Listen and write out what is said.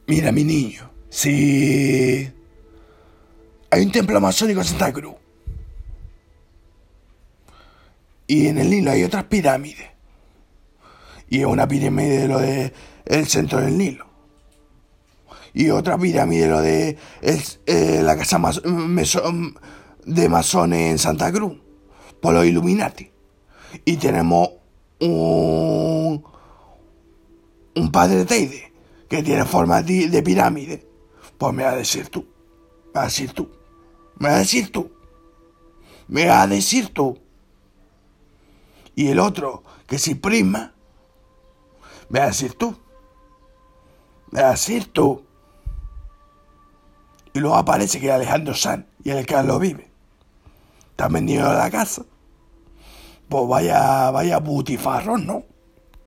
Mira, mi niño, si hay un templo masónico en Santa Cruz y en el Nilo hay otras pirámides y es una pirámide de lo de el centro del Nilo y otra pirámide de lo de la casa de masones en Santa Cruz por los Illuminati y tenemos un padre Teide que tiene forma de pirámide, pues me vas a decir tú, me vas a decir tú, me vas a decir tú, me vas a decir tú. Y el otro, que si prisma, me vas a decir tú, me vas a decir tú. Y luego aparece que Alejandro Sanz y el Carlos Vive te han vendido a la casa. Pues vaya butifarrón, ¿no?